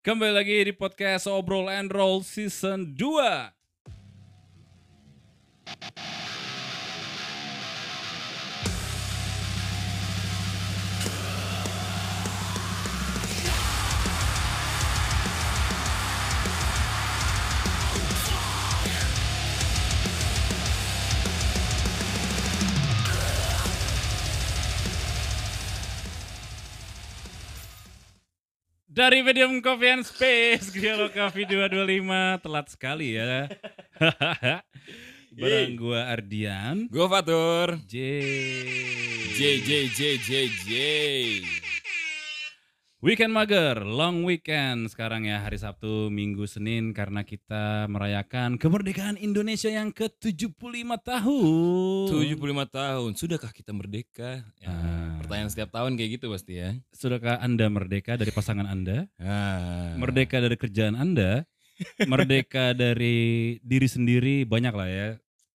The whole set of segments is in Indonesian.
Kembali lagi di podcast Obrol and Roll Season 2. Dari Medium Coffee and Space, Griolo Coffee 225, telat sekali ya. Barang gua Ardian, Gue Fatur. J. Weekend mager, long weekend sekarang ya, hari Sabtu, Minggu, Senin, karena kita merayakan kemerdekaan Indonesia yang ke-75 tahun. 75 tahun, sudahkah kita merdeka? Ya, pertanyaan setiap tahun kayak gitu pasti ya. Sudahkah Anda merdeka dari pasangan Anda? Merdeka. Merdeka dari kerjaan Anda? Merdeka dari diri sendiri? Banyak lah ya.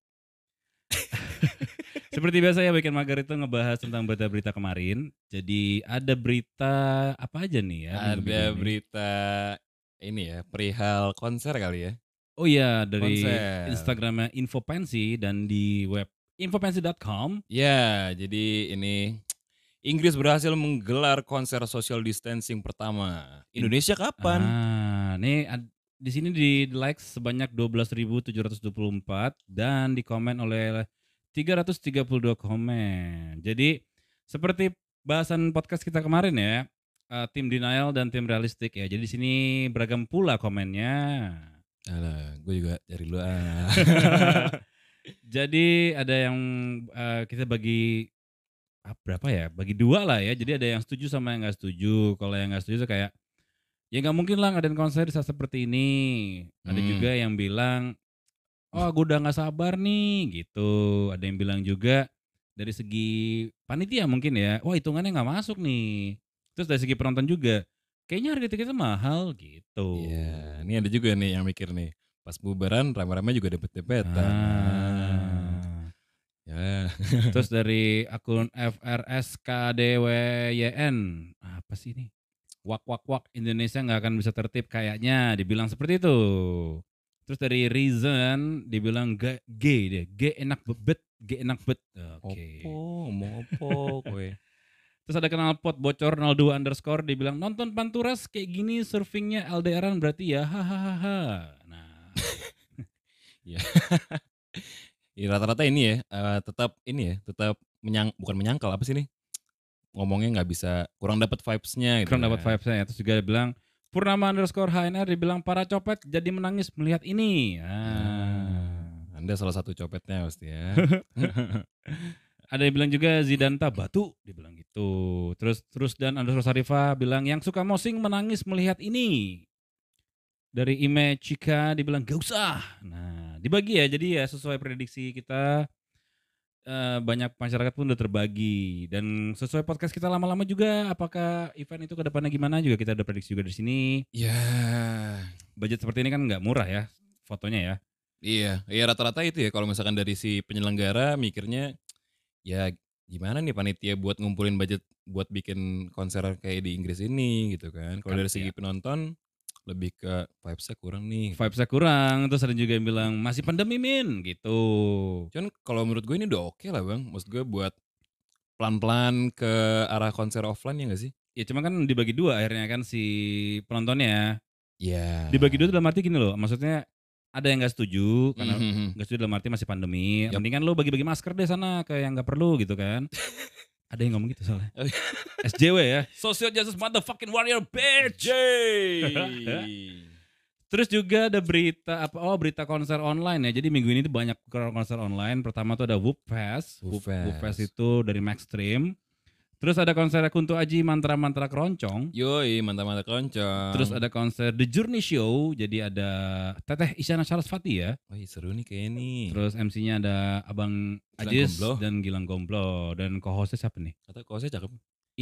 Seperti biasa ya, Weekend Mager itu ngebahas tentang berita-berita kemarin. Jadi ada berita apa aja nih ya? Ada berita ini ya, perihal konser kali ya. Oh iya, dari Konser. Instagramnya Infopensi dan di web infopensi.com. Ya, jadi ini Inggris berhasil menggelar konser social distancing pertama. Indonesia kapan? Nih di sini di like sebanyak 12.724 dan dikomen oleh 332 komen. Jadi seperti bahasan podcast kita kemarin ya, tim denial dan tim realistik ya. Jadi di sini beragam pula komennya. Alah, gue juga dari lu. Jadi ada yang kita bagi berapa ya? Bagi dua lah ya. Jadi ada yang setuju sama yang nggak setuju. Kalau yang nggak setuju kayak ya nggak mungkin lah ngadain konser di saat seperti ini. Ada juga yang bilang, oh gue udah gak sabar nih gitu. Ada yang bilang juga dari segi panitia mungkin ya, wah hitungannya gak masuk nih. Terus dari segi penonton juga, kayaknya harga tiketnya mahal gitu. Iya, ini ada juga nih yang mikir nih, pas bubaran rame-rame juga dempet-dempetan. Ya. Terus dari akun FRSKDWYN, apa sih ini? Wak Indonesia gak akan bisa tertib kayaknya, dibilang seperti itu. Terus dari Reason dibilang G deh, G enak bet. Oke. Ngomong apa kowe? Terus ada knalpot bocor 02 underscore dibilang nonton Panturas kayak gini surfingnya LDRan berarti ya hahaha. Nah. Ya. Ya rata-rata ini ya, tetap bukan menyangkal apa sih nih? Ngomongnya nggak bisa, kurang dapat vibes-nya gitu. Kurang dapat vibes-nya ya. Terus juga bilang Purnama underscore HNR dibilang para copet jadi menangis melihat ini. Anda salah satu copetnya pasti ya. Ada yang bilang juga Zidanta batu, dibilang gitu. Terus dan underscore Sarifah bilang yang suka mosing menangis melihat ini. Dari Ime Cika dibilang gak usah. Nah dibagi ya, jadi ya sesuai prediksi kita. Banyak masyarakat pun udah terbagi dan sesuai podcast kita lama-lama juga apakah event itu ke depannya gimana juga kita udah prediksi juga di sini. Ya. Budget seperti ini kan nggak murah ya fotonya ya. Iya rata-rata itu ya kalau misalkan dari si penyelenggara mikirnya ya gimana nih panitia buat ngumpulin budget buat bikin konser kayak di Inggris ini gitu kan. Kalau dari segi penonton lebih ke vibes-nya kurang nih. Vibes-nya kurang, terus ada juga yang bilang masih pandemi min gitu. Cuman kalau menurut gue ini udah oke lah bang, maksud gue buat pelan-pelan ke arah konser offline ya gak sih? Ya cuma kan dibagi dua akhirnya kan si penontonnya. Iya. Dibagi dua dalam arti gini loh, maksudnya ada yang gak setuju karena gak setuju dalam arti masih pandemi. Mendingan lo bagi-bagi masker deh sana ke yang gak perlu gitu kan. Ada yang ngomong gitu soalnya. SJW ya. Social Justice Motherfucking Warrior Bitch. Terus juga ada berita berita konser online ya. Jadi minggu ini tuh banyak konser online. Pertama tuh ada Whoop Fest. Whoop Fest itu dari Maxstream. Terus ada konser Kunto Aji Mantra-Mantra Keroncong. Yoi, mantap-mantap keroncong. Terus ada konser The Journey Show. Jadi ada Teteh Isyana Sarasvati ya. Wih seru nih kayaknya nih. Terus MC-nya ada Abang Ajis dan Gilang Gomblo. Dan co-hostnya siapa nih? Kata co-hostnya cakep.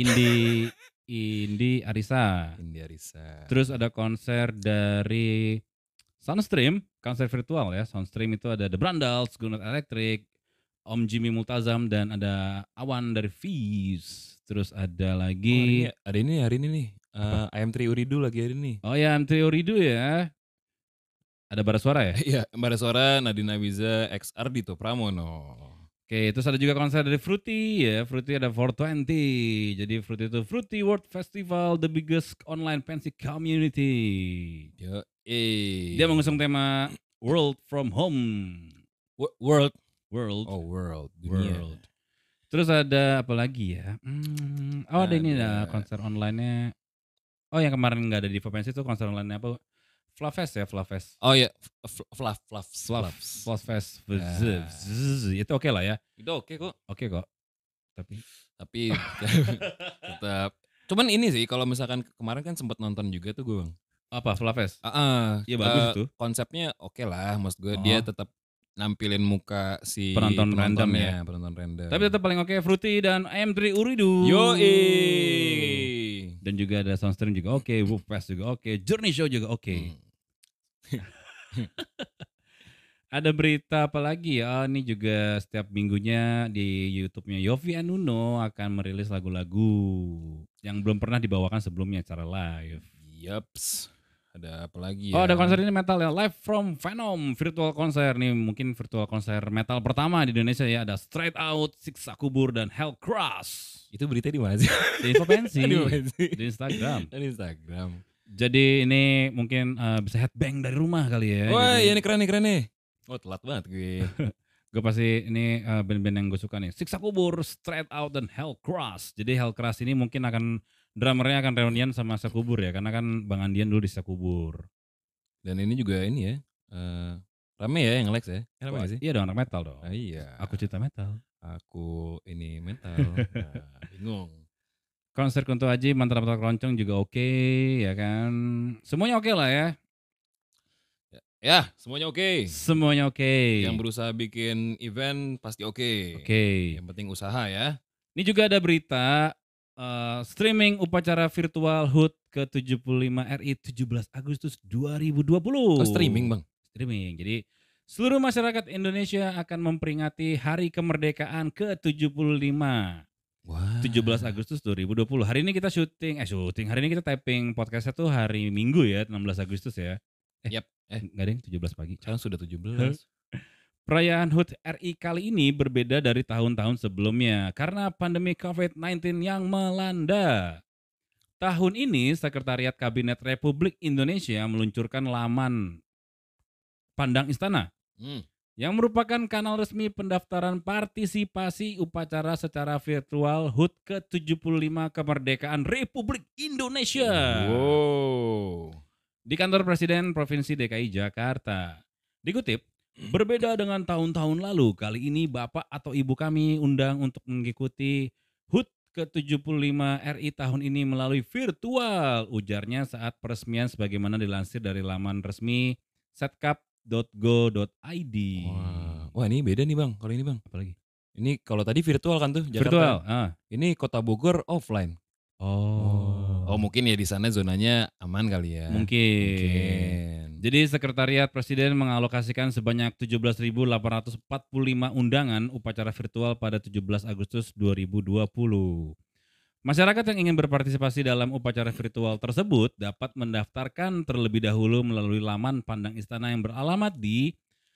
Indi Arisa. Terus ada konser dari Soundstream, konser virtual ya. Soundstream itu ada The Brandals, Gunut Electric, Om Jimmy Multazam dan ada Awan dari Fizz. Terus ada lagi ada ini hari ini nih I Am Tri Uridu lagi ada nih. Oh ya, Antrio Rido ya. Ada bara suara ya? Iya, Mbak Suara, Nadine Amiza, X Ardhito Pramono. Oke, terus ada juga konser dari Fruity ya. Fruity ada 420. Jadi Fruity itu Fruity World Festival, the biggest online pensi community. Yo, Dia mengusung tema World from Home. World. World. Oh, world. Dunia. World. Terus ada apa lagi ya? Ada ini Ada. konser online-nya. Oh yang kemarin nggak ada di Vapensi itu konser online-nya apa? Flavfest ya, Flavfest. Oh ya, Fluffs. Flavfest. Nah. Itu oke lah ya. Itu oke kok. Oke kok. Tapi tetap. Cuman ini sih kalau misalkan kemarin kan sempat nonton juga tuh gue, Bang. Apa Flavfest? Iya Iya bagus itu. konsepnya oke lah, maksud gue dia tetap nampilin muka si Penonton random ya. penonton random. Tapi tetap paling oke Fruity dan AM3 Uridu. Yoi. Dan juga ada Soundstream juga oke, Woofest juga oke, Journey Show juga oke. Ada berita apa lagi ya? Ini juga setiap minggunya di YouTube-nya Yovie and Nuno akan merilis lagu-lagu yang belum pernah dibawakan sebelumnya secara live. Yaps. Ada apa lagi Oh ya? ada konser ini metal ya, Live from Venom, virtual konser nih, mungkin virtual konser metal pertama di Indonesia ya. Ada Straight Out, Siksa Kubur dan Hell Cross. Itu berita di mana sih? Di Infopensi, Di mana sih? di Instagram. Di Instagram. Jadi ini mungkin bisa headbang dari rumah kali ya. Wah, Jadi, ini keren nih. Oh, telat banget gue. gue pasti ini band-band yang gue suka nih. Siksa Kubur, Straight Out dan Hell Cross. Jadi Hell Cross ini mungkin akan drummernya akan reunian sama Siksa Kubur ya, karena kan Bang Andian dulu di Siksa Kubur. Dan ini juga ini ya. Rame ya yang likes ya? Rame gak sih? Iya dong, anak metal dong. Iya. Aku cinta metal. Aku ini metal. Bingung. Konser Kunto Aji, Mantra-Mantra Keroncong juga oke, ya kan. Semuanya oke lah ya. Ya, semuanya oke. Semuanya oke. Yang berusaha bikin event pasti oke. Oke. Yang penting usaha ya. Ini juga ada berita streaming upacara virtual HUT ke-75 RI 17 Agustus 2020. Oh, streaming, Bang. Streaming. Jadi seluruh masyarakat Indonesia akan memperingati Hari Kemerdekaan ke-75. Wah. 17 Agustus 2020. Hari ini kita syuting. Hari ini kita taping podcastnya tuh hari Minggu ya, 16 Agustus ya. Yap. Enggak deng, 17 pagi. Sekarang sudah 17. Perayaan HUT RI kali ini berbeda dari tahun-tahun sebelumnya karena pandemi COVID-19 yang melanda. Tahun ini Sekretariat Kabinet Republik Indonesia meluncurkan laman Pandang Istana yang merupakan kanal resmi pendaftaran partisipasi upacara secara virtual HUT ke-75 Kemerdekaan Republik Indonesia. Wow. Di kantor Presiden Provinsi DKI Jakarta. Dikutip, berbeda dengan tahun-tahun lalu, kali ini Bapak atau Ibu kami undang untuk mengikuti HUT ke-75 RI tahun ini melalui virtual, ujarnya saat peresmian sebagaimana dilansir dari laman resmi setkap.go.id. Wah, ini beda nih Bang, kalau ini Bang. Apalagi? Ini kalau tadi virtual kan tuh Jakarta. Virtual. Ini Kota Bogor offline. Oh, mungkin ya di sana zonanya aman kali ya. Mungkin. Jadi Sekretariat Presiden mengalokasikan sebanyak 17.845 undangan upacara virtual pada 17 Agustus 2020. Masyarakat yang ingin berpartisipasi dalam upacara virtual tersebut dapat mendaftarkan terlebih dahulu melalui laman Pandang Istana yang beralamat di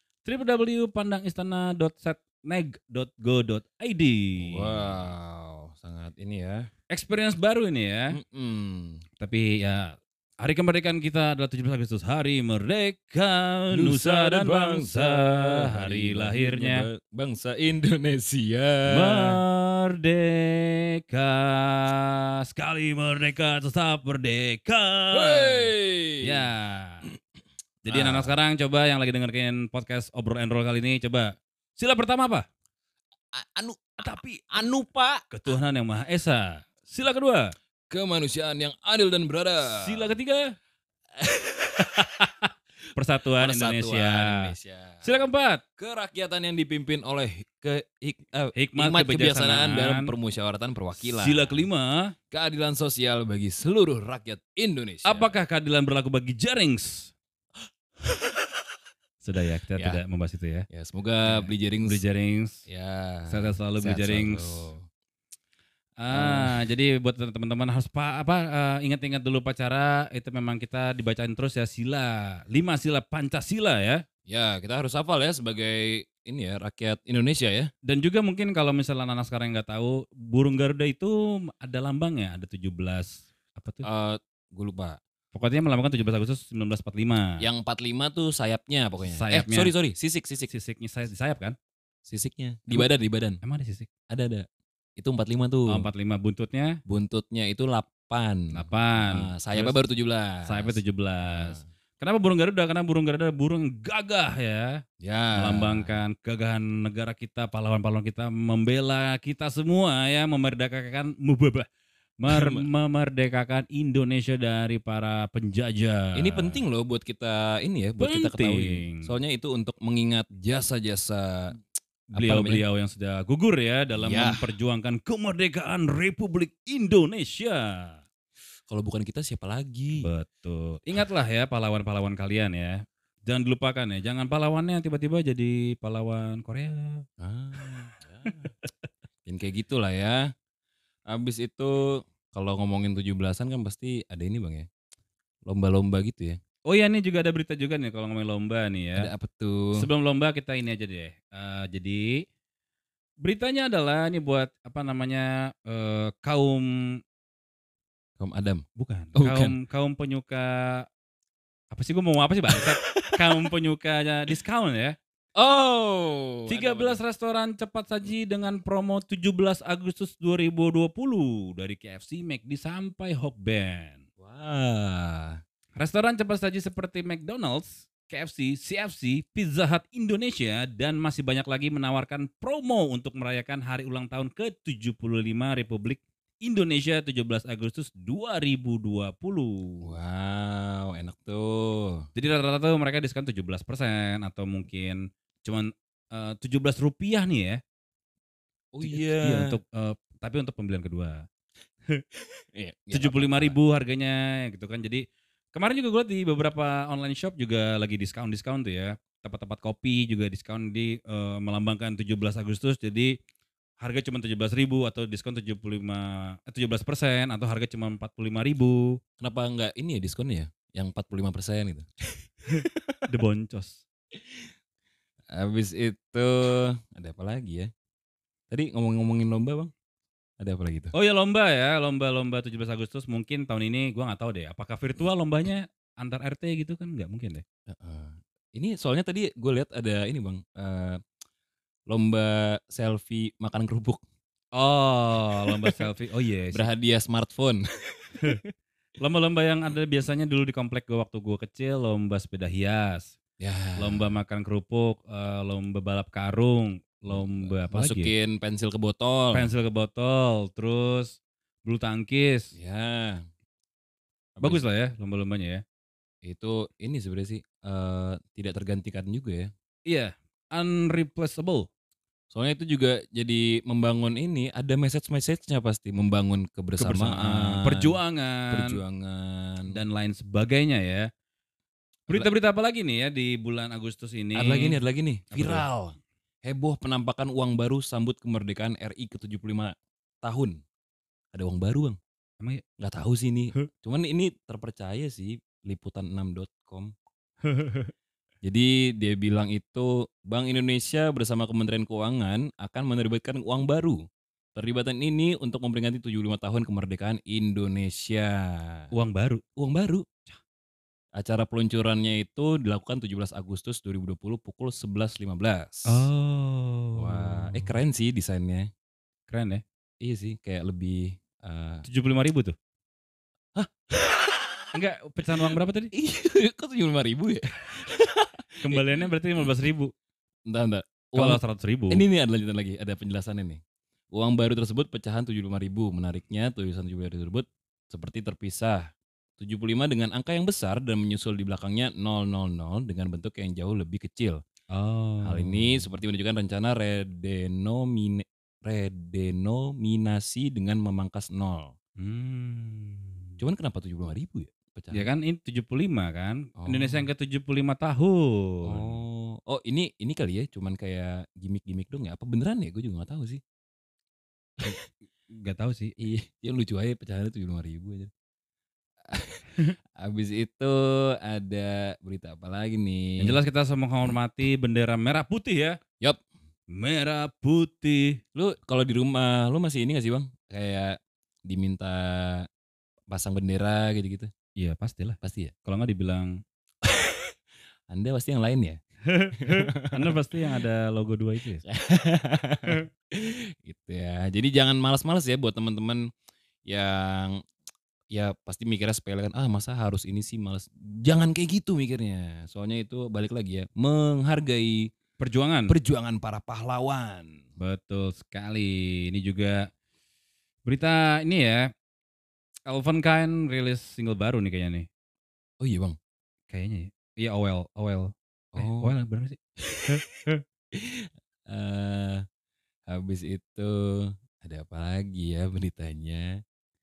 www.pandangistana.setneg.go.id. Wow, sangat ini ya. Experience baru ini ya. Tapi ya hari kemerdekaan kita adalah 17 Agustus, hari merdeka nusa dan bangsa, hari lahirnya bangsa Indonesia. Merdeka, sekali merdeka tetap merdeka. Wey. Ya. Jadi anak-anak sekarang coba yang lagi dengerin podcast Obrol and Roll kali ini, coba sila pertama apa? Anu Pak. Ketuhanan yang Maha Esa. Sila kedua, kemanusiaan yang adil dan beradab. Sila ketiga, Persatuan Indonesia. Sila keempat, kerakyatan yang dipimpin oleh hikmat kebijaksanaan dalam permusyawaratan perwakilan. Sila kelima, keadilan sosial bagi seluruh rakyat Indonesia. Apakah keadilan berlaku bagi Jarings? Sudah ya, kita tidak membahas itu ya. Ya, semoga Beli Jarings. Beli Jarings. Ya. Sehat selalu Beli Jarings. Jadi buat teman-teman harus ingat-ingat dulu upacara itu memang kita dibacain terus ya sila, 5 sila Pancasila ya. Ya, kita harus hafal ya sebagai ini ya, rakyat Indonesia ya. Dan juga mungkin kalau misalnya anak sekarang nggak tahu, burung Garuda itu ada lambangnya, ada 17 apa tuh? Gue lupa. Pokoknya melambangkan 17 Agustus 1945. Yang 45 tuh sayapnya pokoknya. Sayapnya. Sorry, sisik. Sisiknya di sayap kan? Sisiknya. Di Emang- badan. Emang ada sisik? Ada. Itu 45 tuh. Oh, 45 buntutnya Buntutnya itu 8. 8. Sayapnya Terus baru 17. sayapnya 17. Nah, Kenapa burung Garuda? Karena burung Garuda burung gagah ya. ya. Melambangkan kegagahan negara kita, pahlawan-pahlawan kita membela kita semua ya, memerdekakan Indonesia dari para penjajah. Ini penting loh buat kita ini ya, buat kita ketahui. Penting. Soalnya itu untuk mengingat jasa-jasa Beliau-beliau yang sudah gugur ya dalam Ya. memperjuangkan kemerdekaan Republik Indonesia. kalau bukan kita siapa lagi? Betul. Ingatlah ya pahlawan-pahlawan kalian ya. Jangan dilupakan ya. Jangan pahlawannya tiba-tiba jadi pahlawan Korea. Ya. Dan kayak gitulah ya. Habis itu kalau ngomongin 17-an kan pasti ada ini Bang ya. Lomba-lomba gitu ya. Oh iya, nih juga ada berita juga nih kalau ngomongin lomba nih ya. Ada apa tuh? Sebelum lomba kita ini aja deh. Jadi beritanya adalah ini buat apa namanya kaum Kaum Adam. bukan Oh, kaum penyuka apa sih gue mau ngomong apa sih bangsat? Kaum penyuka diskon ya. Oh. 13 restoran cepat saji dengan promo 17 Agustus 2020 dari KFC, McD sampai Hokben. Wah. Restoran cepat saji seperti McDonald's, KFC, CFC, Pizza Hut Indonesia, dan masih banyak lagi menawarkan promo untuk merayakan hari ulang tahun ke-75 Republik Indonesia 17 Agustus 2020. Wow, enak tuh. Jadi rata-rata tuh mereka diskon 17% atau mungkin cuman Rp17 nih ya. Oh Iya iya. tapi untuk pembelian kedua. Iya, 75.000 harganya gitu kan. Jadi kemarin juga gue liat di beberapa online shop juga lagi diskon tuh ya. Tempat-tempat kopi juga diskon melambangkan 17 Agustus. Jadi harga cuma 17.000 atau diskon 17% atau harga cuma 45.000. Kenapa enggak ini ya diskonnya ya? Yang 45% gitu. The boncos. Habis itu ada apa lagi ya? Tadi ngomongin lomba Bang. Ada apa lagi tuh? Oh ya lomba ya, lomba 17 Agustus mungkin tahun ini gua nggak tahu deh. Apakah virtual lombanya antar RT gitu kan nggak mungkin deh. Heeh. Ini soalnya tadi gue lihat ada ini Bang, lomba selfie makan kerupuk. Oh, lomba selfie. Oh iya. Berhadiah smartphone. Lomba-lomba yang ada biasanya dulu di komplek gue waktu gue kecil, lomba sepeda hias, Ya. lomba makan kerupuk, lomba balap karung, lomba apa lagi? Masukin pensil ke botol. Pensil ke botol, terus bulu tangkis. Ya. Bagus lah ya lomba-lombanya ya. Itu ini sebenarnya sih tidak tergantikan juga ya. Iya, unreplaceable. Soalnya itu juga jadi membangun ini, ada message-nya pasti, membangun kebersamaan, perjuangan, dan lain sebagainya ya. Berita-berita apa lagi nih ya di bulan Agustus ini? Ada lagi nih, Apa viral. Heboh penampakan uang baru sambut kemerdekaan RI ke-75 tahun. Ada uang baru Bang. Emang ya? Nggak tahu sih ini. Cuman ini terpercaya sih, liputan6.com. Jadi dia bilang itu Bank Indonesia bersama Kementerian Keuangan akan menerbitkan uang baru. Terlibatan ini untuk memperingati 75 tahun kemerdekaan Indonesia. Uang baru? Uang baru. Acara peluncurannya itu dilakukan 17 Agustus 2020 pukul 11.15. Oh. Wah, keren sih desainnya. Keren ya? Iya sih, kayak lebih 75.000 tuh? Hah? Enggak, pecahan uang berapa tadi? Iya, kok 75.000 ya? Kembaliannya berarti 15.000. Entar. Kalau 100.000. Ini ada lanjutan lagi, ada penjelasannya nih. Uang baru tersebut pecahan 75.000. Menariknya tulisan 75.000 tersebut seperti terpisah. 75 dengan angka yang besar dan menyusul di belakangnya 000 dengan bentuk yang jauh lebih kecil. Oh. Hal ini seperti menunjukkan rencana redenominasi dengan memangkas 0. Cuman kenapa 75.000 ya? Pecahan? Ya kan ini 75 kan. Oh. Indonesia yang ke-75 tahun. Oh ini kali ya, cuman kayak gimmick dong ya? Apa beneran ya? Gue juga nggak tahu sih. Gak tahu sih. Iya, yang lucu aja pecahannya 75.000 aja. Habis itu ada berita apa lagi Yang nih? jelas kita semua menghormati bendera merah putih ya. Yup, Merah putih. lu kalau di rumah lu masih ini gak sih bang? Kayak diminta pasang bendera gitu-gitu? Iya pastilah. Pasti ya? Kalau nggak dibilang Anda pasti yang lain ya? Anda pasti yang ada logo 2 itu ya? Gitu ya. Jadi jangan malas-malas ya buat teman-teman yang ya pasti mikirnya sepele kan, ah masa harus ini sih males. Jangan kayak gitu mikirnya. Soalnya itu balik lagi ya, menghargai Perjuangan. perjuangan para pahlawan. Betul sekali. Ini juga berita ini ya. Calvin Klein rilis single baru nih kayaknya nih. Oh iya bang? Kayaknya ya. Iya Owel. Owel. Oh. Owel bener sih? eh habis itu ada apa lagi ya beritanya?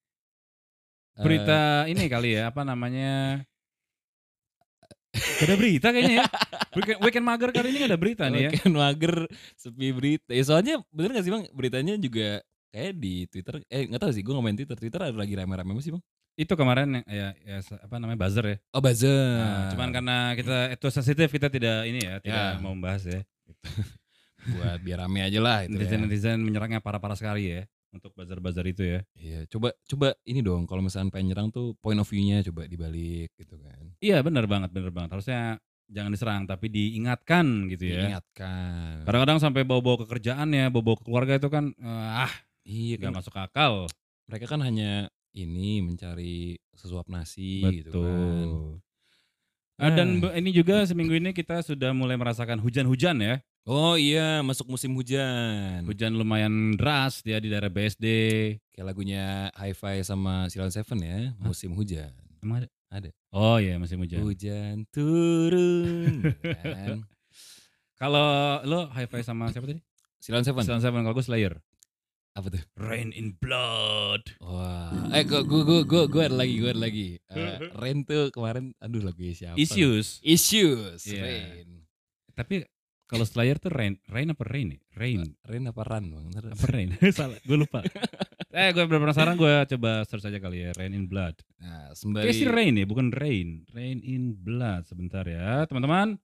Eh Berita ini kali ya, apa namanya, gak ada berita kayaknya ya. Weekend mager kali ini gak ada berita nih ya. Weekend mager sepi berita. Ya soalnya bener gak sih bang beritanya juga kayak di Twitter, nggak tahu sih gue nggak main Twitter. Twitter ada lagi rame-rame apa sih bang? Itu kemarin yang apa namanya, buzzer ya. Oh Nah, cuman buzzer. karena kita itu sensitif kita tidak ini ya, tidak Ya, mau membahas ya. gitu. Buat biar rame aja lah itu ya. Netizen-netizen menyerangnya parah-parah sekali ya untuk buzzer-buzzer itu ya. Iya, coba ini dong kalau misalnya pengen nyerang tuh point of view-nya coba dibalik gitu kan. Iya benar banget benar banget. Harusnya jangan diserang tapi diingatkan gitu ya. Diingatkan. Kadang-kadang sampai bawa-bawa ke kerjaan ya, bawa-bawa ke keluarga itu kan, Iya kan nggak masuk akal. mereka kan hanya ini mencari sesuap nasi gitu kan. Betul. Dan Ah. ini juga seminggu ini kita sudah mulai merasakan hujan-hujan ya. Oh iya, masuk musim hujan. Hujan lumayan deras dia di daerah BSD. Kayak lagunya Hi-Fi sama Silent Seven ya, Hah? musim hujan. Emang ada? Ada. Oh iya musim hujan. Hujan turun gitu kan. Kalau lo Hi-Fi sama siapa tadi? Silent Seven. Silent Seven, kalau gue Slayer. Apa tuh? Rain in Blood. Wah, gue ada lagi. Rain tuh kemarin, aduh lagu siapa? Issues. Issues, Iya. Rain. Tapi kalau Slayer tuh Rain apa Rain? Rain. Rain apa Ran bang? Apa Rain? Salah, gue lupa. Gue penasaran, gue coba search aja kali ya, Rain in Blood. Nah, Kayak si sembari Rain ya, bukan Rain. Rain in Blood. Sebentar ya, teman-teman.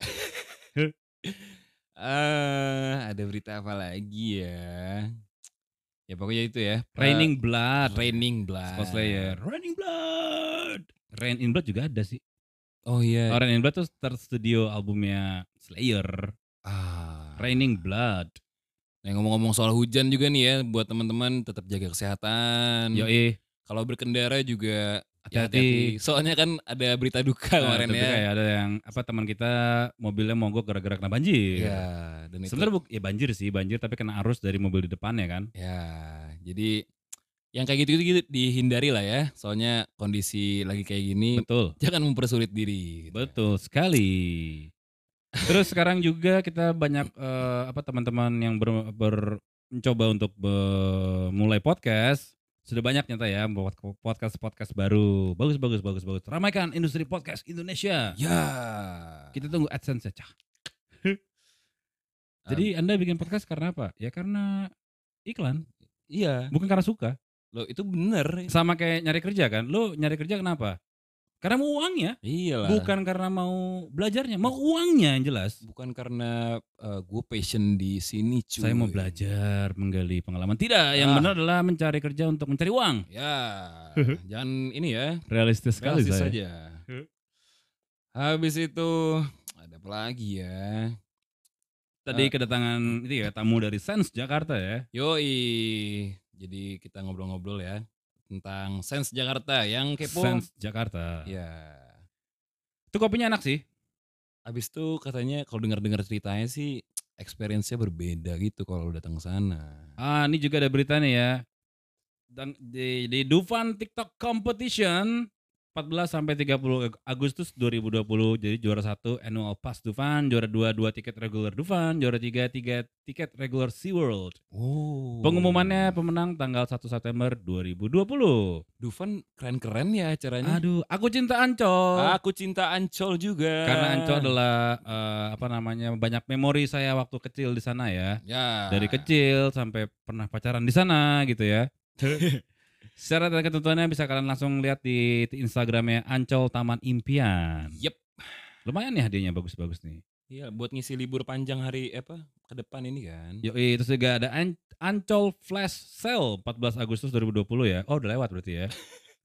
ada berita apa lagi ya? Ya pokoknya itu ya. Raining Blood. Raining Blood. Skull Slayer. Raining Blood. Rain in Blood juga ada sih. Oh iya. Rain in Blood tuh start studio albumnya Slayer. Raining Blood. Nah, ngomong-ngomong soal hujan juga nih ya, buat teman-teman tetap jaga kesehatan. Yoi. Kalau berkendara juga Hati-hati. Soalnya kan ada berita duka kemarin Tapi ya. kayak ada yang teman kita mobilnya mogok gara-gara kena banjir. Iya, dan itu Sebenarnya ya banjir tapi kena arus dari mobil di depannya kan. ya, jadi yang kayak gitu-gitu dihindari lah ya. Soalnya kondisi lagi kayak gini, Betul. jangan mempersulit diri. Gitu. Betul sekali. Terus sekarang juga kita banyak teman-teman yang mencoba untuk mulai podcast. Sudah banyak nyata ya podcast baru. Bagus. Ramaikan industri podcast Indonesia. Ya. Kita tunggu AdSense ya, Cah. Jadi Anda bikin podcast karena apa? Ya karena iklan. Iya. Bukan karena suka. Loh itu bener. Sama kayak nyari kerja kan. Lu nyari kerja kenapa? Karena mau uangnya. Iyalah. Bukan karena mau belajarnya. Mau uangnya yang jelas. Bukan karena gue passion di sini cuy. Saya mau belajar, menggali pengalaman. Tidak, yang benar adalah mencari kerja untuk mencari uang. Ya, jangan ini ya. Realistis sekali Realistis saya. saja. Habis itu ada apa lagi ya? Tadi kedatangan itu ya tamu dari Sense Jakarta ya. Yoi. Jadi kita ngobrol-ngobrol ya tentang Sense Jakarta yang kepo. Sense Jakarta. Ya. Itu kopinya enak sih. Habis itu katanya kalau dengar-dengar ceritanya sih experience-nya berbeda gitu kalau datang ke sana. Ini juga ada berita nih ya. Di Dufan TikTok Competition 14 sampai 30 Agustus 2020. Jadi juara 1 Annual Pass Dufan, juara 2 tiket regular Dufan, juara 3 tiket regular SeaWorld. Oh. Pengumumannya pemenang tanggal 1 September 2020. Dufan keren-keren ya acaranya. Aduh, aku cinta Ancol. Aku cinta Ancol juga. Karena Ancol adalah banyak memori saya waktu kecil di sana ya. Ya. Dari kecil sampai pernah pacaran di sana gitu ya. Syarat dan ketentuannya bisa kalian langsung lihat di Instagramnya Ancol Taman Impian. Yep. Lumayan nih hadiahnya bagus-bagus nih. Iya, buat ngisi libur panjang hari ke depan ini kan. Yoi, terus juga ada Ancol Flash Sale 14 Agustus 2020 ya. Oh, udah lewat berarti ya.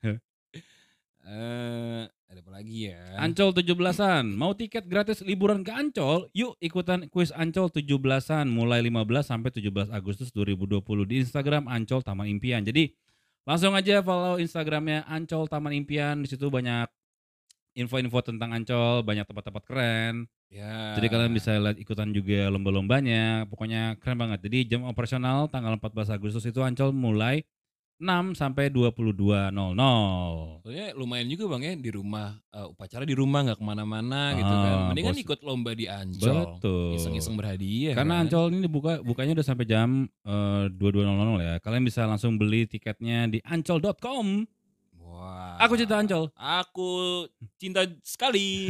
Ada apa lagi ya? Ancol 17-an, mau tiket gratis liburan ke Ancol? Yuk ikutan kuis Ancol 17-an mulai 15 sampai 17 Agustus 2020 di Instagram Ancol Taman Impian. Jadi langsung aja follow Instagramnya Ancol Taman Impian, di situ banyak info-info tentang Ancol, banyak tempat-tempat keren. Ya. Jadi kalian bisa lihat ikutan juga lomba-lombanya, pokoknya keren banget. Jadi jam operasional tanggal 14 Agustus itu Ancol mulai 6 sampai 22.00. Soalnya lumayan juga Bang ya di rumah, upacara di rumah nggak kemana-mana gitu kan. Mendingan ikut lomba di Ancol. Betul. Iseng-iseng berhadiah Karena kan. Ancol ini bukanya udah sampai jam 22.00 ya. Kalian bisa langsung beli tiketnya di ancol.com. Wah. Aku cinta Ancol. Aku cinta sekali.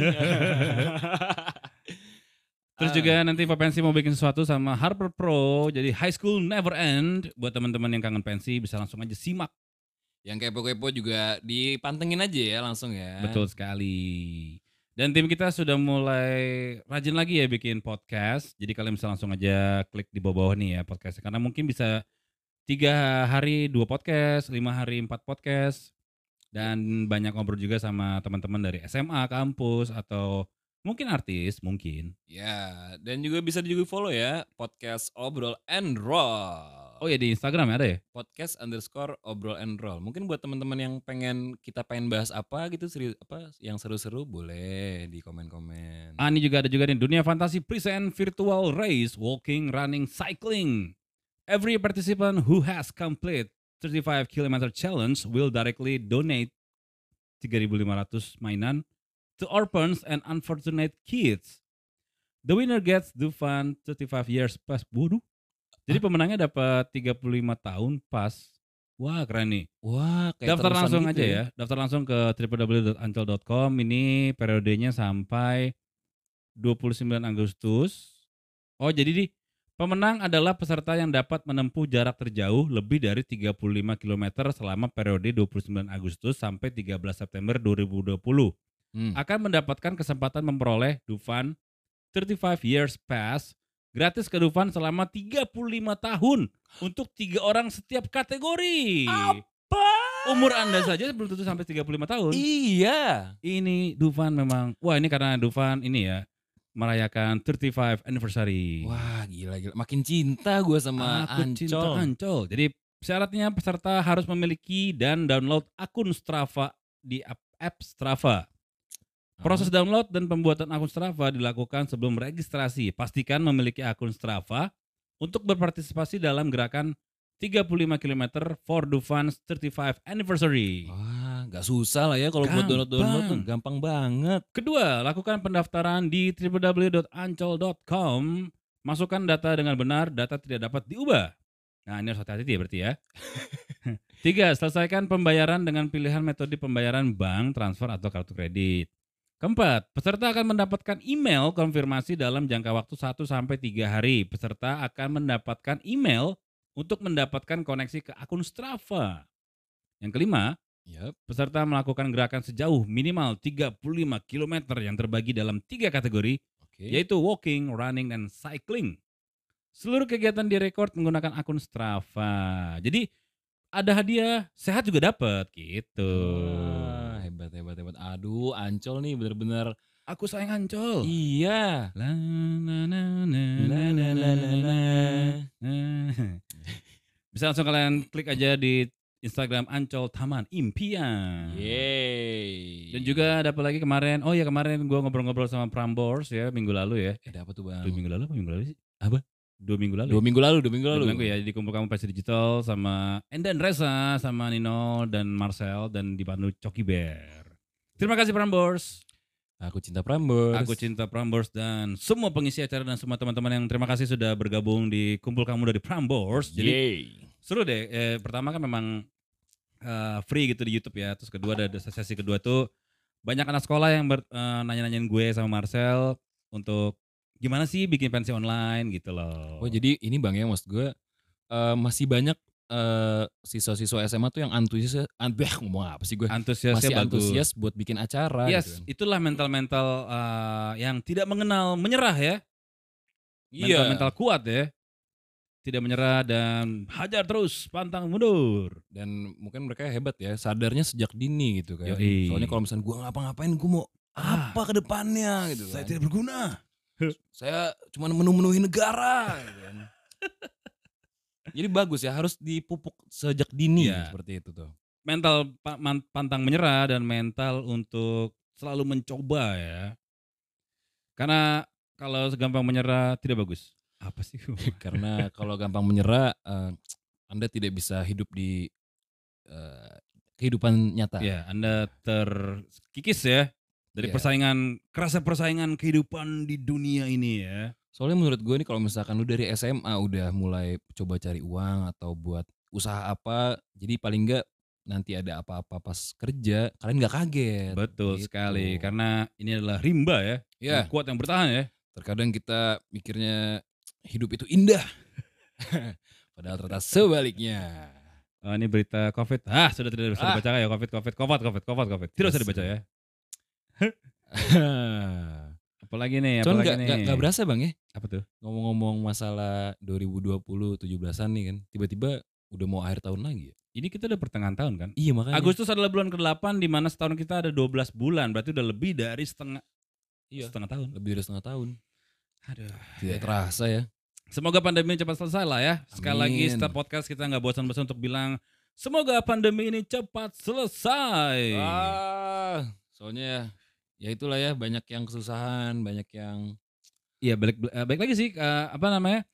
Terus juga nanti Pak Pensi mau bikin sesuatu sama Harper Pro, jadi High School Never End. Buat teman-teman yang kangen pensi bisa langsung aja simak. Yang kepo-kepo juga dipantengin aja ya langsung ya. Betul sekali. Dan tim kita sudah mulai rajin lagi ya bikin podcast. Jadi kalian bisa langsung aja klik di bawah-bawah nih ya podcastnya. Karena mungkin bisa 3 hari 2 podcast, 5 hari 4 podcast. Dan banyak ngobrol juga sama teman-teman dari SMA, kampus, atau mungkin artis, mungkin. Ya, dan juga bisa juga follow ya podcast Obrol and Roll. Oh ya di Instagram ya ada ya? Podcast_obrol and roll. Mungkin buat teman-teman yang kita pengen bahas apa gitu, yang seru-seru boleh di komen-komen. Ini juga ada juga nih Dunia Fantasi present virtual race, walking, running, cycling. Every participant who has complete 35 km challenge will directly donate 3.500 mainan to orphans and unfortunate kids. The winner gets the fun 35 years pass. Waduh. Jadi pemenangnya dapat 35 tahun pas. Wah, keren nih. Wah, kayak Daftar terusan langsung gitu aja ya. Daftar langsung ke www.ancol.com. Ini periodenya sampai 29 Agustus. Oh, jadi pemenang adalah peserta yang dapat menempuh jarak terjauh lebih dari 35 km selama periode 29 Agustus sampai 13 September 2020. Akan mendapatkan kesempatan memperoleh Dufan 35 Years Pass gratis ke Dufan selama 35 tahun untuk 3 orang setiap kategori. Apa? Umur Anda saja belum tentu sampai 35 tahun. Iya. Ini Dufan memang, wah ini karena Dufan ini ya, merayakan 35 anniversary. Wah gila. Makin cinta gue sama Aku cinta Ancol. Jadi syaratnya peserta harus memiliki dan download akun Strava di app Strava. Proses download dan pembuatan akun Strava dilakukan sebelum registrasi. Pastikan memiliki akun Strava untuk berpartisipasi dalam gerakan 35 km for Dufan's 35 anniversary. Wah, gak susah lah ya kalau buat download tuh gampang banget. Kedua, lakukan pendaftaran di www.ancol.com. Masukkan data dengan benar, data tidak dapat diubah. Nah, ini harus hati-hati ya berarti ya. 3, selesaikan pembayaran dengan pilihan metode pembayaran bank, transfer atau kartu kredit. Keempat, peserta akan mendapatkan email konfirmasi dalam jangka waktu 1 sampai 3 hari. Peserta akan mendapatkan email untuk mendapatkan koneksi ke akun Strava. Yang kelima, peserta melakukan gerakan sejauh minimal 35 km yang terbagi dalam 3 kategori, yaitu walking, running, dan cycling. Seluruh kegiatan direkord menggunakan akun Strava. Jadi ada hadiah, sehat juga dapat gitu. Hebat. Aduh, Ancol nih bener-bener. Aku sayang Ancol. Iya. Bisa langsung kalian klik aja di Instagram Ancol Taman Impian. Yeay. Dan juga ada apa lagi kemarin? Oh ya kemarin gue ngobrol-ngobrol sama Prambors ya minggu lalu ya. Ada apa tuh Bang? 2 minggu lalu apa minggu lalu sih? Apa? 2 minggu lalu. 2 minggu lalu. 2 minggu ya. Di Kumpul Kamu Pensi Digital sama Endan Reza sama Nino dan Marcel dan dipandu Coki Bear. Terima kasih Prambors. Aku cinta Prambors. Aku cinta Prambors dan semua pengisi acara dan semua teman-teman yang terima kasih sudah bergabung di Kumpul Kamu dari Prambors. Jadi seru deh. Pertama kan memang free gitu di YouTube ya. Terus kedua ada sesi kedua tuh banyak anak sekolah yang nanya-nanyain gue sama Marcel untuk gimana sih bikin pensi online gitu loh. Oh jadi ini Bang ya maksud gue masih banyak siswa-siswa SMA tuh yang ngomong apa sih gue, Antusiasnya masih bagus. antusias buat bikin acara gitu Yes, kan. itulah mental-mental, yang tidak mengenal menyerah ya, mental-mental Iya, kuat ya, tidak menyerah dan hajar terus, pantang mundur. dan mungkin mereka hebat ya, sadarnya sejak dini gitu kan. Soalnya Yoi. kalau misalnya gue ngapa-ngapain, gue mau Ah, apa ke depannya gitu saya kan. tidak berguna. Saya cuma menu-menuhi negara gitu kan. Jadi bagus ya, harus dipupuk sejak dini Iya, seperti itu tuh. mental pantang menyerah dan mental untuk selalu mencoba ya. Karena kalau gampang menyerah tidak bagus. Apa sih? Karena kalau gampang menyerah, Anda tidak bisa hidup di, eee, kehidupan nyata. Ya, Anda terkikis ya dari Iya. kerasa persaingan kehidupan di dunia ini ya. Soalnya menurut gue nih kalau misalkan lu dari SMA udah mulai coba cari uang atau buat usaha apa, jadi paling enggak nanti ada apa-apa pas kerja, kalian nggak kaget, Betul sekali, gitu. karena ini adalah rimba ya, yang Ya, kuat yang bertahan ya. terkadang kita mikirnya hidup itu indah, padahal ternyata sebaliknya. Oh, ini berita Covid. Sudah tidak usah Ah, dibaca ya Covid, Covid, Covid, Covid, Covid, Covid. Tidak usah dibaca dasar. ya. Apalagi nih, Cuman apalagi nggak nih. berasa Bang ya, Apa tuh? ngomong-ngomong masalah 2020, 17-an nih kan, tiba-tiba udah mau akhir tahun lagi ya. Ini kita udah pertengahan tahun kan? Iya makanya, Agustus adalah bulan ke-8 di mana setahun kita ada 12 bulan, berarti udah lebih dari setengah iya, setengah tahun. lebih dari setengah tahun. Aduh, Tidak ya. terasa ya. Semoga pandemi cepat selesai lah ya. Sekali lagi setiap Amin. podcast kita nggak bosan-bosan untuk bilang semoga pandemi ini cepat selesai. Soalnya ya itulah ya, banyak yang kesusahan, banyak yang Iya, balik lagi sih, apa namanya,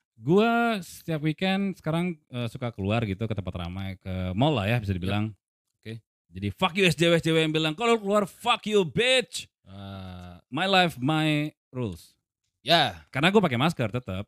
gua setiap weekend sekarang, suka keluar gitu ke tempat ramai, ke mall lah ya bisa yap, dibilang. oke. Jadi fuck you SJW-SJW yang bilang, "Kalau keluar fuck you bitch, Eee, my life my rules." ya, Karena gue pakai masker tetap,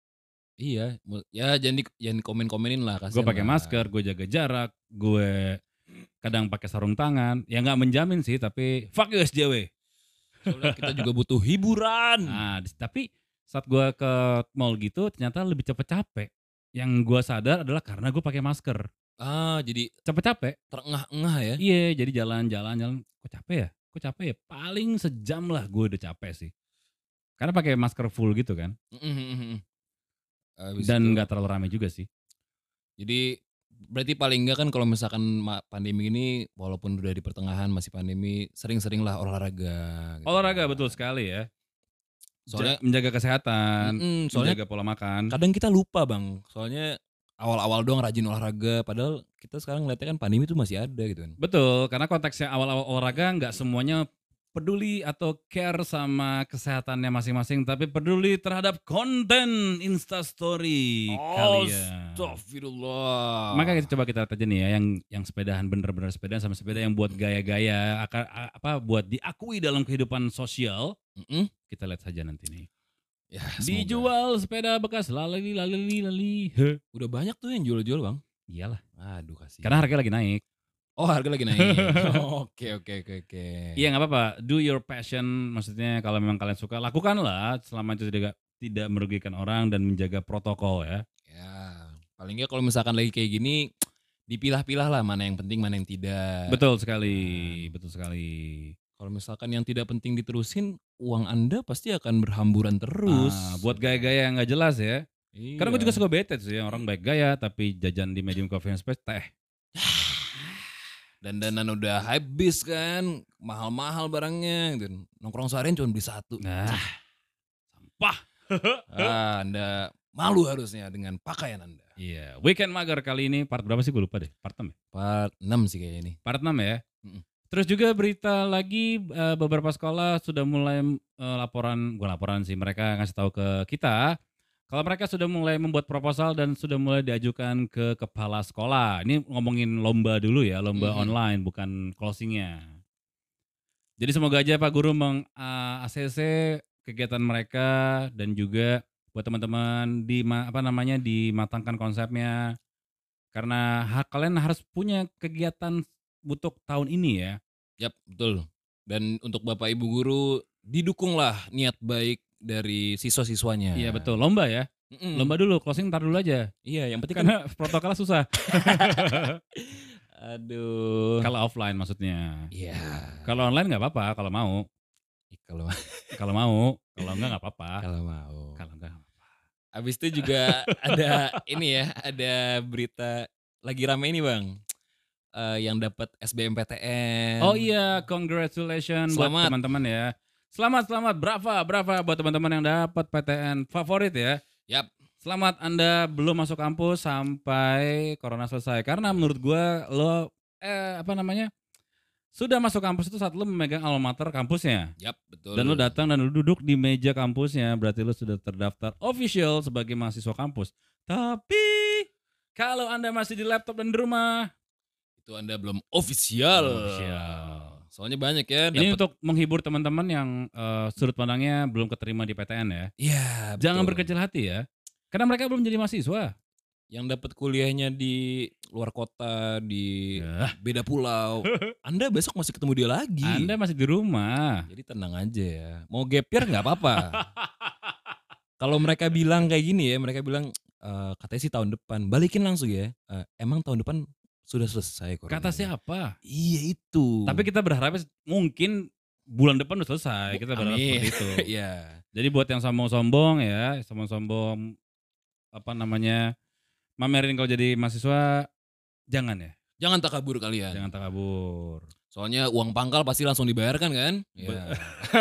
iya, ya jangan komen-komenin lah, gue kasihan pakai lah. masker, gue jaga jarak, gue kadang pakai sarung tangan, ya nggak menjamin sih tapi fuck you SJW. Soalnya kita juga butuh hiburan. Tapi saat gue ke mall gitu ternyata lebih cepet capek. Yang gue sadar adalah karena gue pakai masker. Jadi Cepet capek. terengah-engah ya. Iya, jadi jalan, kok capek ya? Kok capek ya? Paling sejam lah gue udah capek sih. Karena pakai masker full gitu kan. Mhm mhm mhm. Habis Dan itu nggak terlalu ramai juga sih. jadi berarti paling enggak kan kalau misalkan pandemi ini walaupun udah di pertengahan masih pandemi, sering-seringlah olahraga gitu Olahraga betul kan. sekali ya. Soalnya Menjaga kesehatan, soalnya menjaga pola makan. kadang kita lupa Bang, soalnya awal-awal doang rajin olahraga, padahal kita sekarang ngeliatnya kan pandemi itu masih ada gitu kan. Betul, karena konteksnya awal-awal olahraga nggak semuanya peduli atau care sama kesehatannya masing-masing, tapi peduli terhadap konten Instastory kalian. Maka Astagfirullah. coba kita lihat aja nih ya, yang sepedahan bener-bener sepedaan sama sepeda yang buat gaya-gaya, buat diakui dalam kehidupan sosial. Mhm, Kita lihat saja nanti nih. ya semoga. Dijual sepeda bekas lalali lalali lali. Heh. Udah banyak tuh yang jual-jual Bang. Iyalah, Aduh karena kasihan. harganya lagi naik. Oh harga lagi naik. Oke oke oke oke. Iya nggak apa-apa, do your passion, maksudnya kalau memang kalian suka lakukanlah selama itu tidak tidak merugikan orang dan menjaga protokol ya. Ya, paling nggak kalau misalkan lagi kayak gini, dipilah-pilah lah mana yang penting, mana yang tidak, Betul gitu sekali, kan. betul sekali. Kalau misalkan yang tidak penting diterusin, uang Anda pasti akan berhamburan terus, Buat gitu kan. gaya-gaya yang nggak jelas ya. Karena gue juga Iya. suka bete sih orang baik gaya tapi jajan di Medium Coffee and Space teh. Dandanan udah habis kan, mahal-mahal barangnya gitu. Nongkrong seharian cuma beli satu. Nah, sampah. Anda malu harusnya dengan pakaian Anda. Iya, weekend mager kali ini part berapa sih gue lupa deh, part 6 ya? Part 6 sih kayaknya nih. Part 6 ya? Mhm. Terus juga berita lagi, beberapa sekolah sudah mulai, bukan laporan sih, mereka ngasih tahu ke kita, kalau mereka sudah mulai membuat proposal dan sudah mulai diajukan ke kepala sekolah. Ini ngomongin lomba dulu ya, lomba Mhm. online bukan closing-nya. Jadi semoga aja Pak Guru ACC kegiatan mereka dan juga buat teman-teman dimatangkan konsepnya. Karena kalian harus punya kegiatan untuk tahun ini ya. Yap, betul. Dan untuk Bapak Ibu guru, didukunglah niat baik dari Iya siswa-siswanya. betul, lomba ya? Mhm. Lomba dulu, closing entar dulu aja. Iya, yang penting kan Karena protokolnya susah. aduh. Kalau offline maksudnya. Iya. Kalau online nggak apa-apa kalau mau. Kalau Kalau mau, kalau enggak nggak apa-apa. kalau mau. Kalau enggak Habis itu juga ada ini ya, ada berita lagi rame ini Bang, yang dapat oh SBMPTN. iya, congratulations buat Selamat. teman-teman ya. Selamat selamat, brava buat teman-teman yang dapat PTN favorit ya. Yap. Selamat Anda belum masuk kampus sampai corona selesai. Karena menurut gua lo apa namanya? Sudah masuk kampus itu saat lo memegang alma mater kampusnya. Yap, Dan lo betul. datang dan lo duduk di meja kampusnya, berarti lo sudah terdaftar official sebagai mahasiswa kampus. Tapi kalau Anda masih di laptop dan di rumah, Itu Anda belum official. belum official. Soalnya banyak ya Ini dapat. untuk menghibur teman-teman yang sudut pandangnya belum keterima di PTN ya. Iya, Jangan betul. berkecil hati ya. Karena mereka belum jadi mahasiswa. Yang dapat kuliahnya di luar kota, di Yah, beda pulau. Anda besok masih ketemu dia lagi. Anda masih di rumah. Jadi tenang aja ya. Mau gap year nggak apa-apa. Kalau mereka bilang kayak gini ya, mereka bilang katanya sih tahun depan. Balikin langsung ya. Emang tahun depan sudah selesai Kata coronanya? siapa? Iya itu. Tapi kita berharap mungkin bulan depan udah selesai. Kita berharap Amin. seperti itu. Iya. Jadi buat yang sombong-sombong ya, sombong-sombong apa namanya, mamerin kalau jadi mahasiswa, jangan ya. Jangan takabur kalian. Jangan takabur. Soalnya uang pangkal pasti langsung dibayarkan kan? Be- Iya.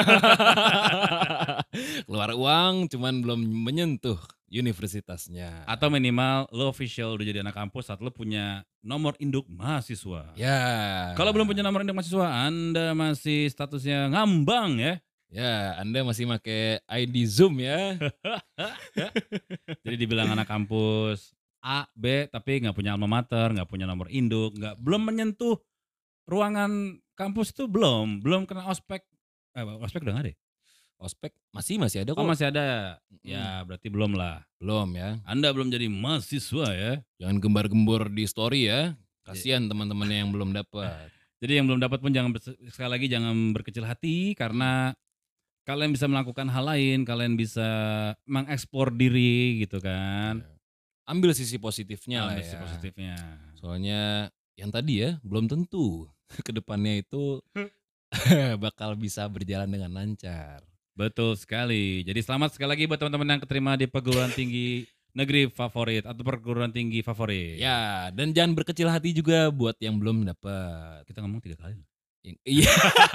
Keluar uang cuman belum menyentuh universitasnya. Atau minimal lo official udah jadi anak kampus saat lo punya nomor induk mahasiswa. Ya. Kalau belum punya nomor induk mahasiswa, Anda masih statusnya ngambang ya. Ya, Anda masih pakai ID Zoom ya. Jadi dibilang anak kampus A, B, tapi nggak punya alma mater, nggak punya nomor induk, belum menyentuh ruangan kampus itu belum kena ospek. Ospek udah nggak ada ya? Ospek masih ada Oh kok. masih ada. Mm, Ya berarti belum lah. belum ya. Anda belum jadi mahasiswa ya. Jangan gembar-gembor di story ya. Kasihan teman-temannya yang belum dapat. Jadi yang belum dapat pun jangan sekali lagi jangan berkecil hati karena kalian bisa melakukan hal lain, kalian bisa mengeksplor diri gitu kan. Ya. Ambil sisi positifnya lah Ambil ya. sisi positifnya. Soalnya yang tadi ya belum tentu kedepannya itu bakal bisa berjalan dengan lancar. Betul sekali. Jadi selamat sekali lagi buat teman-teman yang keterima di perguruan tinggi negeri favorit atau perguruan tinggi favorit. Ya, dan jangan berkecil hati juga buat yang belum dapat. Kita ngomong 3 kali. Iya.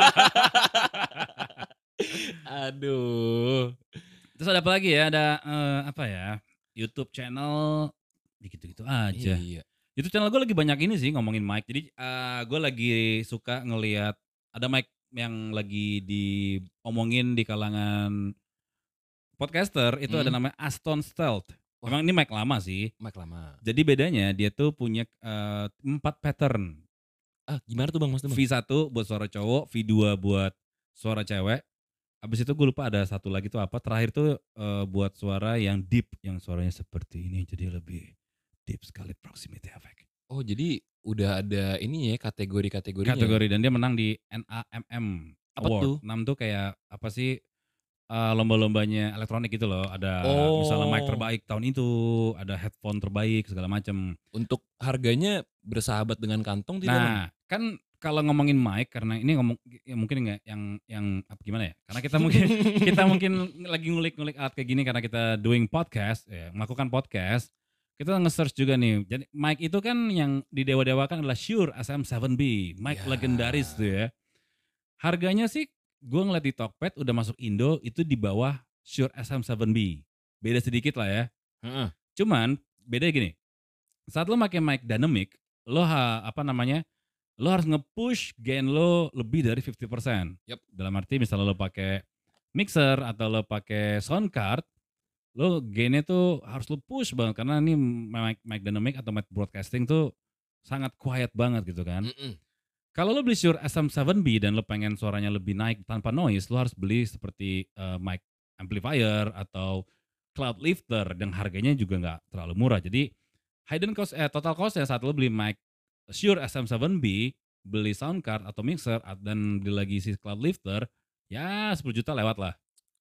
Aduh. Terus ada apa lagi ya? Ada apa ya? YouTube channel gitu-gitu aja. Iya. YouTube channel gue lagi banyak ini sih ngomongin mic. Jadi gue lagi suka ngelihat ada mic yang lagi diomongin di kalangan podcaster itu ada namanya Aston Stealth. Wah. Emang ini mic lama sih. Mic lama. Jadi bedanya dia tuh punya 4 pattern. Gimana tuh Bang Mas? V1 buat suara cowok, V2 buat suara cewek. Habis itu gue lupa ada satu lagi tuh apa. Terakhir tuh buat suara yang deep, yang suaranya seperti ini jadi lebih deep sekali proximity effect. Oh, jadi udah ada ini ya kategori-kategorinya. Kategori dan dia menang di NAMM Apa Award. tuh? NAMM tuh kayak apa sih? Lomba-lombanya elektronik gitu loh. Ada misalnya mic Oh. terbaik tahun itu, ada headphone terbaik segala macam. Untuk harganya bersahabat dengan kantong tidak Bang? Nah, kan kalau ngomongin mic karena ini ngomong ya mungkin nggak yang apa gimana ya? Karena kita mungkin lagi ngulik-ngulik alat kayak gini karena kita doing podcast ya, melakukan podcast. Kita nge-search juga nih. Jadi mic itu kan yang didewa-dewakan adalah Shure SM7B, mic Ya. legendaris tuh ya. Harganya sih gue ngeliat di Tokped udah masuk Indo itu di bawah Shure SM7B. Beda sedikit lah ya. Heeh. Cuman beda gini. Saat lo pakai mic dynamic, lo lo harus nge-push gain lo lebih dari 50%. Yap. Dalam arti misalnya lo pakai mixer atau lo pakai sound card, lo gainnya tuh harus lo push banget karena ini mic dynamic atau mic broadcasting tuh sangat quiet banget gitu kan. Mm-mm. Kalau lo beli Shure SM7B dan lo pengen suaranya lebih naik tanpa noise, lo harus beli seperti mic amplifier atau cloud lifter dan harganya juga nggak terlalu murah. Jadi total cost ya saat lo beli mic Shure SM7B, beli sound card atau mixer dan beli lagi si cloud lifter, ya 10 juta lewat lah.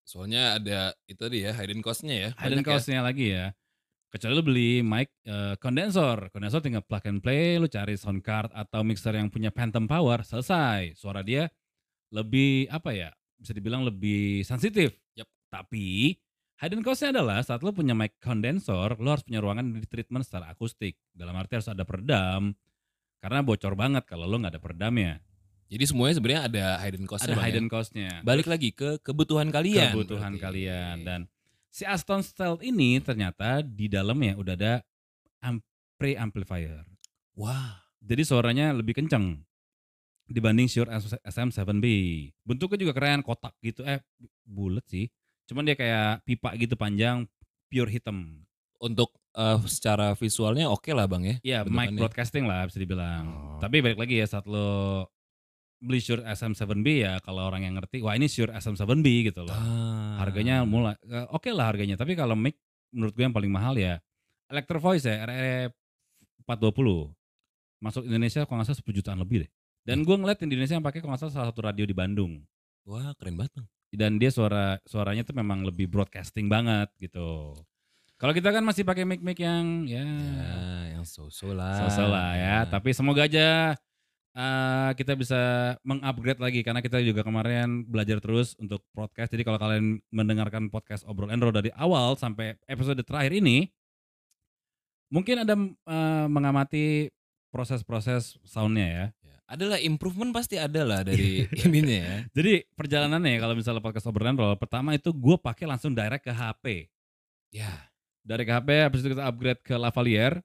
Soalnya ada itu tadi ya, hidden cost-nya ya, Hidden banyak ya. cost-nya lagi ya. Kecuali lu beli mic kondensor. Kondensor tinggal plug and play, lu cari sound card atau mixer yang punya phantom power, selesai. Suara dia lebih apa ya, bisa dibilang lebih sensitif. Yap. Tapi hidden cost-nya adalah saat lu punya mic kondensor, lu harus punya ruangan di treatment secara akustik. Dalam arti harus ada peredam, karena bocor banget kalau lu nggak ada peredamnya. Jadi semuanya sebenarnya ada hidden cost-nya Ada Bang ya. hidden cost-nya. Balik Terus lagi ke kebutuhan kalian kebutuhan berarti. kalian. Dan si Aston Stealth ini ternyata di dalamnya udah ada pre-amplifier. Wah, Jadi suaranya lebih kenceng dibanding Shure SM7B. Bentuknya juga keren, kotak gitu, bulet sih. Cuman dia kayak pipa gitu panjang, pure hitam. untuk secara visualnya oke lah Bang ya, Iya, mic bentukannya. broadcasting lah bisa dibilang. Oh. Tapi balik lagi ya saat lo beli Shure SM7B ya kalau orang yang ngerti, wah ini Shure SM7B gitu loh. Harganya mulai oke lah harganya, tapi kalau mic menurut gue yang paling mahal ya Electro Voice ya, RE 420. Masuk Indonesia kalau nggak salah 10 jutaan lebih deh. Dan gue ngeliat di Indonesia yang pakai kalau nggak salah satu radio di Bandung. Wah, keren banget Bang. Dan dia suaranya tuh memang lebih broadcasting banget gitu. Kalau kita kan masih pakai mic-mic yang ya Ya, yang so-so lah. so-so lah ya. Tapi semoga aja kita bisa mengupgrade lagi karena kita juga kemarin belajar terus untuk podcast. Jadi kalau kalian mendengarkan podcast Obrol and Roll dari awal sampai episode terakhir ini, mungkin ada mengamati proses-proses soundnya ya. Ya, adalah improvement pasti ada lah dari ininya ya. Jadi perjalanannya ya kalau misalnya podcast Obrol and Roll, pertama itu gue pakai langsung direct ke HP. Ya. Dari ke HP, habis itu kita upgrade ke lavalier.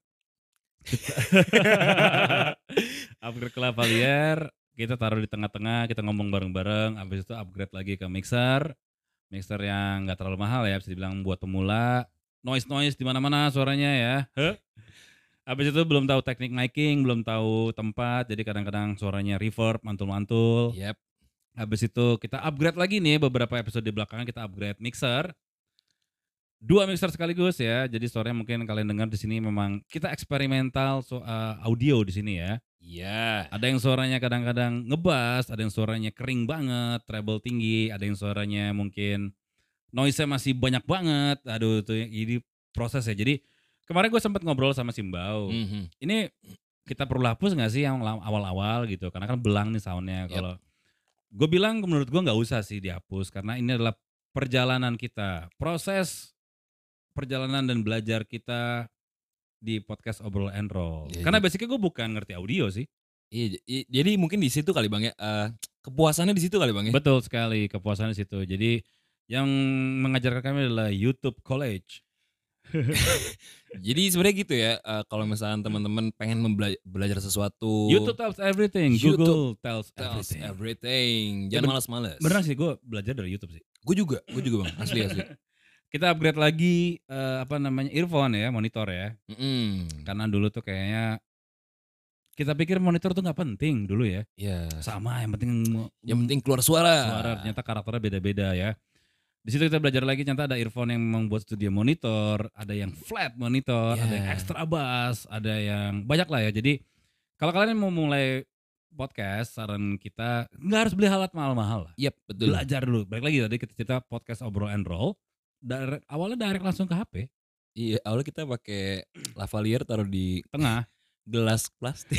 Upgrade ke lavalier, kita taruh di tengah-tengah, kita ngomong bareng-bareng, habis itu upgrade lagi ke mixer. Mixer yang nggak terlalu mahal ya, bisa dibilang buat pemula. Noise di mana-mana suaranya ya. Habis itu belum tahu teknik miking, belum tahu tempat, jadi kadang-kadang suaranya reverb, mantul-mantul. Yap. Habis itu kita upgrade lagi nih beberapa episode di belakangan kita upgrade mixer. 2 mixer sekaligus ya. Jadi suaranya mungkin kalian dengar di sini memang kita eksperimental audio di sini ya. Iya. Ada yang suaranya kadang-kadang ngebas, ada yang suaranya kering banget, treble tinggi, ada yang suaranya mungkin noise-nya masih banyak banget. Aduh itu jadi proses ya. Jadi kemarin gue sempat ngobrol sama Simbau. Mhm. Ini kita perlu hapus nggak sih yang awal-awal gitu? Karena kan belang nih soundnya. Yap. Kalau gue bilang menurut gue nggak usah sih dihapus karena ini adalah perjalanan kita, proses perjalanan dan belajar kita di podcast Obrol and Roll. Iya, Karena basicnya gue bukan ngerti audio sih. Iya, jadi mungkin di situ kali Bang ya, kepuasannya di situ kali Bang ya? Betul sekali, kepuasan di situ. Jadi yang mengajarkan kami adalah YouTube College. Jadi sebenarnya gitu ya, kalau misalkan teman-teman pengen belajar sesuatu, YouTube tells everything, YouTube Google tells tells everything. everything. Ya, Jangan malas-malas. Beneran sih gue belajar dari YouTube sih. Gue juga Bang, asli. Kita upgrade lagi earphone ya, monitor ya. Karena dulu tuh kayaknya kita pikir monitor tuh nggak penting dulu ya. Iya. Sama yang Yang penting keluar suara. ternyata karakternya beda-beda ya. Di situ kita belajar lagi ternyata ada earphone yang membuat studio monitor, ada yang flat monitor, ada yang Yeah. extra bass, ada yang banyak lah ya. Jadi kalau kalian mau mulai podcast, saran kita nggak harus beli alat mahal-mahal lah. Yap, betul. Belajar dulu. Balik lagi tadi kita cerita podcast Obrol and Roll, awalnya direct langsung ke HP, Iya, awalnya kita pakai lavalier taruh di tengah. gelas plastik.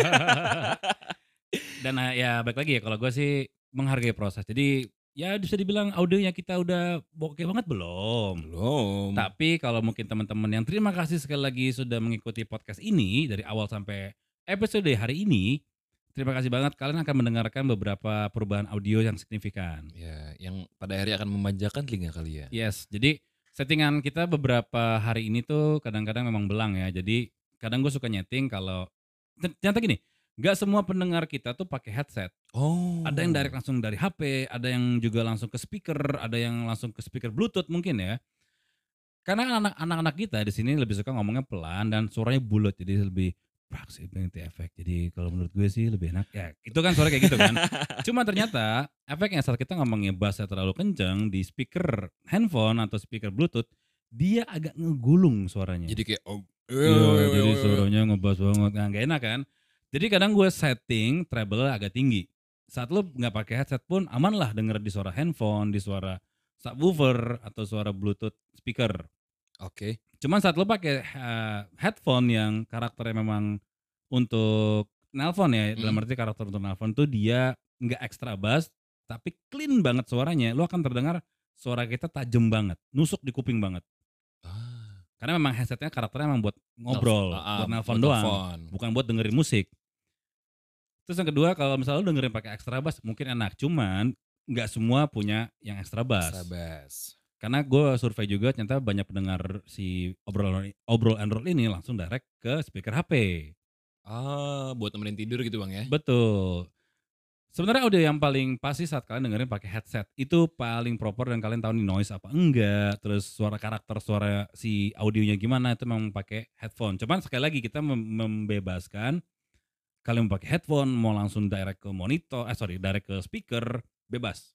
Dan ya balik lagi ya kalau gue sih menghargai proses. Jadi ya bisa dibilang audionya kita udah oke banget belum? Belum. Tapi kalau mungkin teman-teman yang terima kasih sekali lagi sudah mengikuti podcast ini dari awal sampai episode hari ini. Terima kasih banget kalian akan mendengarkan beberapa perubahan audio yang signifikan. Ya, yang pada akhirnya akan memanjakan telinga kalian. Yes, jadi settingan kita beberapa hari ini tuh kadang-kadang memang belang ya. Jadi kadang gue suka nyeting kalau ternyata gini, nggak semua pendengar kita tuh pakai headset. Oh. Ada yang direct langsung dari HP, ada yang juga langsung ke speaker, ada yang langsung ke speaker Bluetooth mungkin ya. Karena anak-anak kita di sini lebih suka ngomongnya pelan dan suaranya bulat, jadi lebih proximity effect. Jadi kalau menurut gue sih lebih enak ya. Itu kan suara kayak gitu kan. Cuma ternyata efeknya saat kita ngomongnya bassnya terlalu kenceng di speaker handphone atau speaker Bluetooth, dia agak ngegulung suaranya. Jadi kayak Iya, jadi suaranya ngebass banget, nggak enak kan. Jadi kadang gue setting treble agak tinggi. Saat lu nggak pakai headset pun aman lah denger di suara handphone, di suara subwoofer atau suara Bluetooth speaker. Oke. Cuman saat lo pakai headphone yang karakternya memang untuk nelpon ya, dalam arti karakter untuk nelpon tuh dia nggak extra bass, tapi clean banget suaranya. Lo akan terdengar suara kita tajam banget, nusuk di kuping banget. Ah, Karena memang headsetnya karakternya memang buat ngobrol, buat nelpon buat doang, telepon. bukan buat dengerin musik. Terus yang kedua kalau misalnya lo dengerin pakai extra bass mungkin enak, cuman nggak semua punya yang extra Extra bass. bass. Karena gue survei juga ternyata banyak pendengar si obrol and roll ini langsung direct ke speaker HP. Ah, buat nemenin tidur gitu Bang ya? Betul. Sebenarnya audio yang paling pas sih saat kalian dengerin pakai headset. Itu paling proper dan kalian tahu nih noise apa enggak, terus suara karakter suara si audionya gimana itu memang pakai headphone. Cuman sekali lagi kita membebaskan kalian mau pakai headphone, mau langsung direct ke monitor, direct ke speaker, bebas.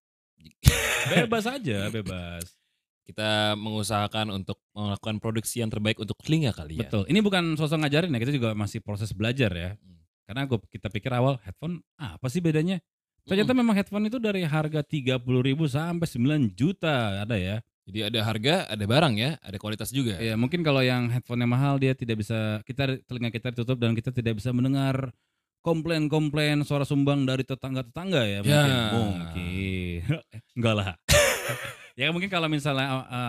Bebas aja, bebas. Kita mengusahakan untuk melakukan produksi yang terbaik untuk telinga kali ya? Betul. Ini bukan sosok ngajarin ya, kita juga masih proses belajar ya. Mhm. Karena kita pikir awal headphone apa sih bedanya? Ternyata Mhm. memang headphone itu dari harga 30.000 sampai 9 juta ada ya. Jadi ada harga, ada barang ya, ada kualitas juga. Ya mungkin kalau yang headphone yang mahal dia tidak bisa, telinga kita ditutup dan kita tidak bisa mendengar komplain-komplain suara sumbang dari tetangga-tetangga ya Ya. mungkin. Enggak lah. Ya mungkin kalau misalnya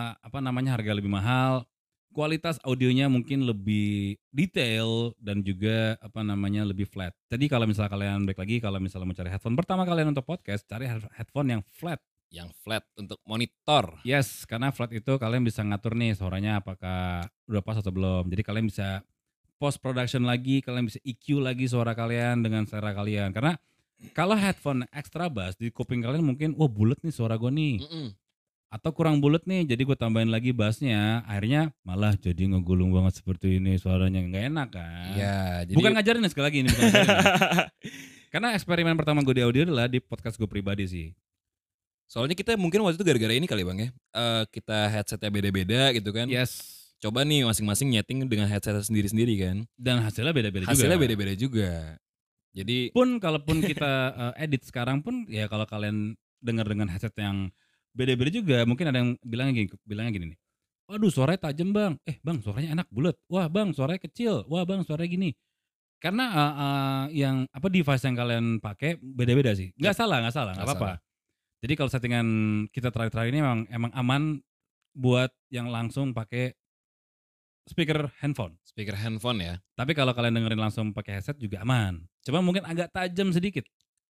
harga lebih mahal, kualitas audionya mungkin lebih detail dan juga lebih flat. Jadi kalau misalnya kalian balik lagi kalau misalnya mau cari headphone pertama kalian untuk podcast, cari headphone yang flat. Yang flat untuk monitor. Yes, karena flat itu kalian bisa ngatur nih suaranya apakah udah pas atau belum. Jadi kalian bisa post production lagi, kalian bisa EQ lagi suara kalian dengan selera kalian. Karena kalau headphone extra bass di kuping kalian mungkin wah bulet nih suara gue nih. Mhm. Atau kurang bulet nih jadi gue tambahin lagi bassnya, akhirnya malah jadi ngegulung banget seperti ini suaranya, nggak enak kan. Iya, jadi Bukan ngajarin ya sekali lagi ini bukan ngajarin ya. Karena eksperimen pertama gue di audio adalah di podcast gue pribadi sih. soalnya kita mungkin waktu itu gara-gara ini kali Bang ya, kita headsetnya beda-beda gitu kan. Yes. Coba nih masing-masing nyeting dengan headset sendiri-sendiri kan. Dan hasilnya beda-beda juga. Hasilnya beda-beda juga. Jadi Kalaupun kita edit sekarang pun ya kalau kalian dengar dengan headset yang beda-beda juga, mungkin ada yang bilangnya gini nih. Waduh suaranya tajam bang, bang suaranya enak bulat, wah bang suaranya kecil, wah bang suaranya gini. Karena yang device yang kalian pakai beda-beda sih. Nggak salah, nggak nggak apa-apa. salah. Jadi kalau settingan kita terakhir-terakhir ini emang aman buat yang langsung pakai speaker handphone. Speaker handphone ya. Tapi kalau kalian dengerin langsung pakai headset juga aman. Cuma mungkin agak tajam sedikit.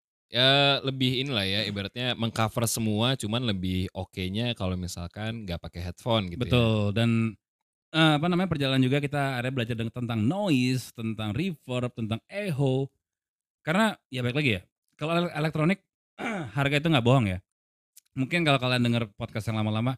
Ya lebih inilah ya ibaratnya mengcover semua cuman lebih oke-nya kalau misalkan nggak pakai headphone gitu ya. Betul. Dan perjalanan juga kita ada belajar tentang noise, tentang reverb, tentang echo. Karena ya balik lagi ya, kalau elektronik harga itu nggak bohong ya. Mungkin kalau kalian denger podcast yang lama-lama,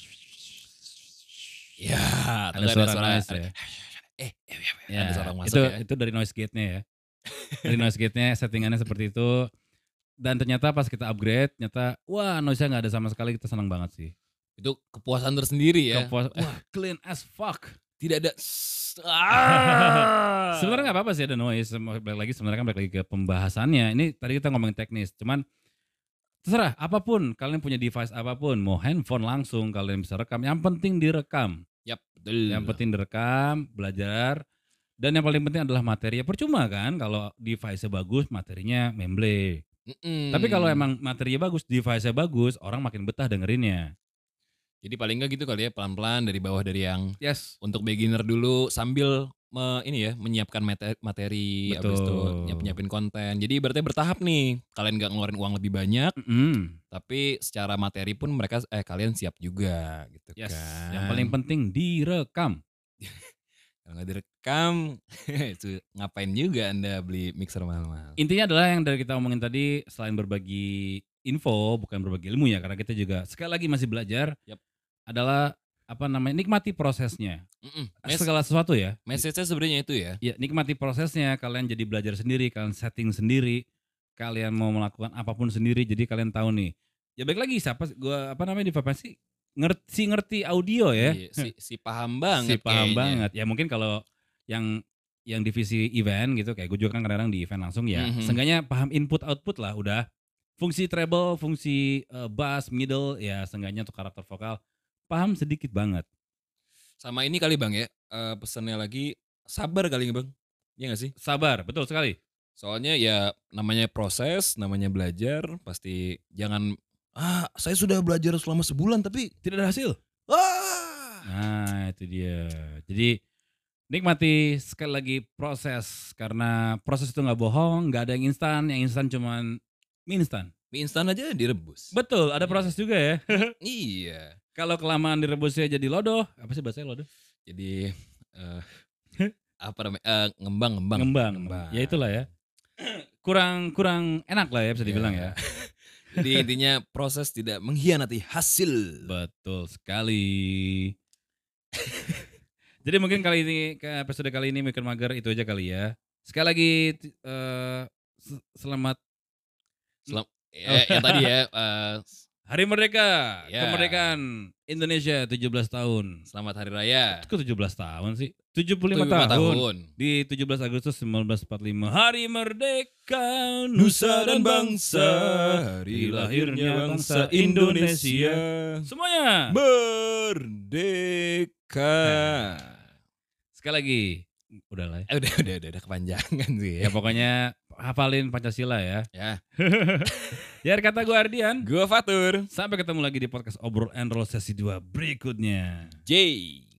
Ya, ada suara noise ya. Ya, ada suara masuk ya. itu dari noise gate-nya ya. Dari noise gate-nya settingannya seperti itu. Dan ternyata pas kita upgrade, ternyata wah noise-nya nggak ada sama sekali, kita senang banget sih. Itu kepuasan tersendiri ya. Wah clean as fuck. Tidak ada Sebenarnya nggak apa-apa sih ada noise. Sebenarnya kan balik lagi ke pembahasannya. Ini tadi kita ngomongin teknis, cuman terserah apapun kalian punya device apapun, mau handphone langsung kalian bisa rekam. Yang penting direkam. Yap, betul. Yang penting direkam, belajar. Dan yang paling penting adalah materi. Ya percuma kan kalau device-nya bagus, materinya memble. Tapi kalau emang materinya bagus, device-nya bagus, orang makin betah dengerinnya. Jadi paling nggak gitu kali ya pelan-pelan dari bawah dari yang Yes. untuk beginner dulu sambil menyiapkan materi habis itu Betul. nyiapin konten. Jadi berarti bertahap nih. Kalian nggak ngeluarin uang lebih banyak, tapi secara materi pun kalian siap juga gitu Yes. kan. Yang paling penting direkam. Kalau nggak direkam, itu ngapain juga Anda beli mixer mahal-mahal. Intinya adalah yang dari kita omongin tadi, selain berbagi info, bukan berbagi ilmu ya, karena kita juga sekali lagi masih belajar. Yap. Adalah nikmati prosesnya. Segala sesuatu ya. Message-nya sebenarnya itu ya. Ya, nikmati prosesnya. Kalian jadi belajar sendiri, kalian setting sendiri, kalian mau melakukan apapun sendiri. Jadi kalian tahu nih. Ya baik lagi di Vapasi ngerti audio ya. Iya, si paham banget. Si paham kayaknya. banget. Ya mungkin kalau yang divisi event gitu, kayak gue juga kan kadang-kadang di event langsung ya. Seenggaknya paham input output lah udah. Fungsi treble, fungsi bass, middle, ya seenggaknya untuk karakter vokal paham sedikit banget. Sama ini kali Bang ya, pesannya lagi sabar kali Bang, iya gak sih? Sabar, betul sekali. Soalnya ya namanya proses, namanya belajar, pasti jangan, saya sudah belajar selama sebulan tapi Tidak ada hasil. ah. Nah itu dia. Jadi nikmati sekali lagi proses, karena proses itu nggak bohong, nggak ada yang instan cuman mie instan. Mie instan aja direbus. Betul, ada Iya. proses juga ya. Iya. Kalau kelamaan direbusnya jadi lodoh, apa sih bahasanya lodoh? Jadi, apa namanya, ngembang. Ngembang. Ya itulah ya. Kurang enak lah ya bisa dibilang ya. Jadi intinya proses tidak mengkhianati hasil. Betul sekali. Jadi mungkin kali ini, ke episode kali ini Mikir Mager itu aja kali ya. Sekali lagi selamat Yang tadi ya, Hari Merdeka, Ya. kemerdekaan Indonesia 17 tahun. selamat hari raya. Kok 17 tahun sih? 75 75 tahun. Di 17 Agustus 1945, Hari Merdeka Nusa dan Bangsa, hari lahirnya bangsa Indonesia. Semuanya. Merdeka. Sekali lagi, udah lah ya. Udah kepanjangan sih Ya ya. pokoknya hafalin Pancasila ya. Ya, Ya kata gue Ardian. gua Fatur. Sampai ketemu lagi di podcast Obrol and Roll sesi 2 berikutnya. J.